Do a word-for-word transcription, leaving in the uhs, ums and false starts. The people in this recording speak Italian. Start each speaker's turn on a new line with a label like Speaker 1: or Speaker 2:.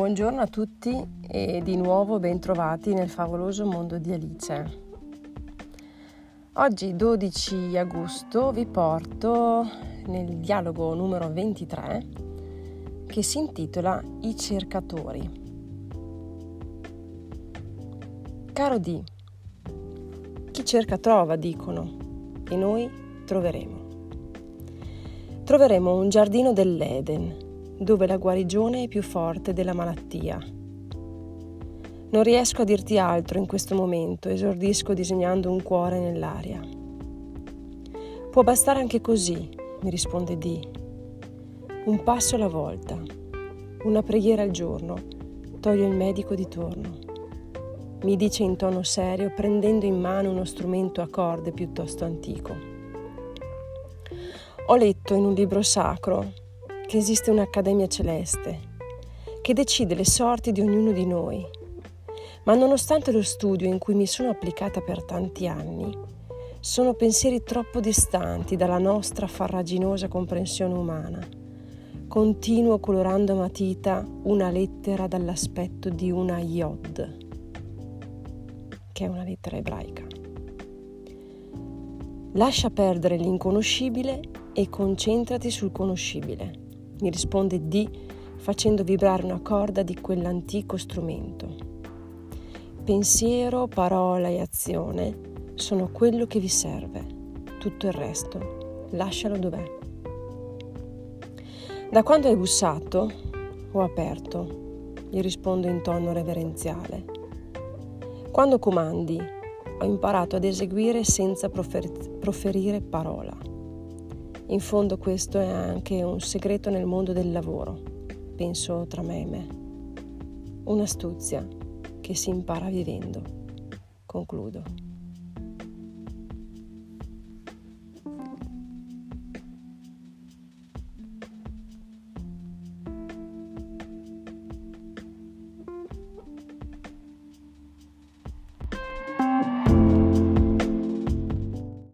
Speaker 1: Buongiorno a tutti e di nuovo bentrovati nel favoloso mondo di Alice. Oggi dodici agosto vi porto nel dialogo numero ventitré che si intitola I cercatori. Caro D, chi cerca trova, dicono, e noi troveremo. Troveremo un giardino dell'Eden, dove la guarigione è più forte della malattia. Non riesco a dirti altro in questo momento, esordisco disegnando un cuore nell'aria. Può bastare anche così, mi risponde D. Un passo alla volta, una preghiera al giorno, toglie il medico di torno. Mi dice in tono serio, prendendo in mano uno strumento a corde piuttosto antico. Ho letto in un libro sacro che esiste un'accademia celeste che decide le sorti di ognuno di noi, ma nonostante lo studio in cui mi sono applicata per tanti anni, sono pensieri troppo distanti dalla nostra farraginosa comprensione umana. Continuo colorando a matita una lettera dall'aspetto di una Yod, che è una lettera ebraica. Lascia perdere l'inconoscibile e concentrati sul conoscibile, mi risponde D facendo vibrare una corda di quell'antico strumento. Pensiero, parola e azione sono quello che vi serve. Tutto il resto lascialo dov'è. Da quando hai bussato, ho aperto, gli rispondo in tono reverenziale. Quando comandi, ho imparato ad eseguire senza profer- proferire parola. In fondo questo è anche un segreto nel mondo del lavoro, penso tra me e me. Un'astuzia che si impara vivendo. Concludo.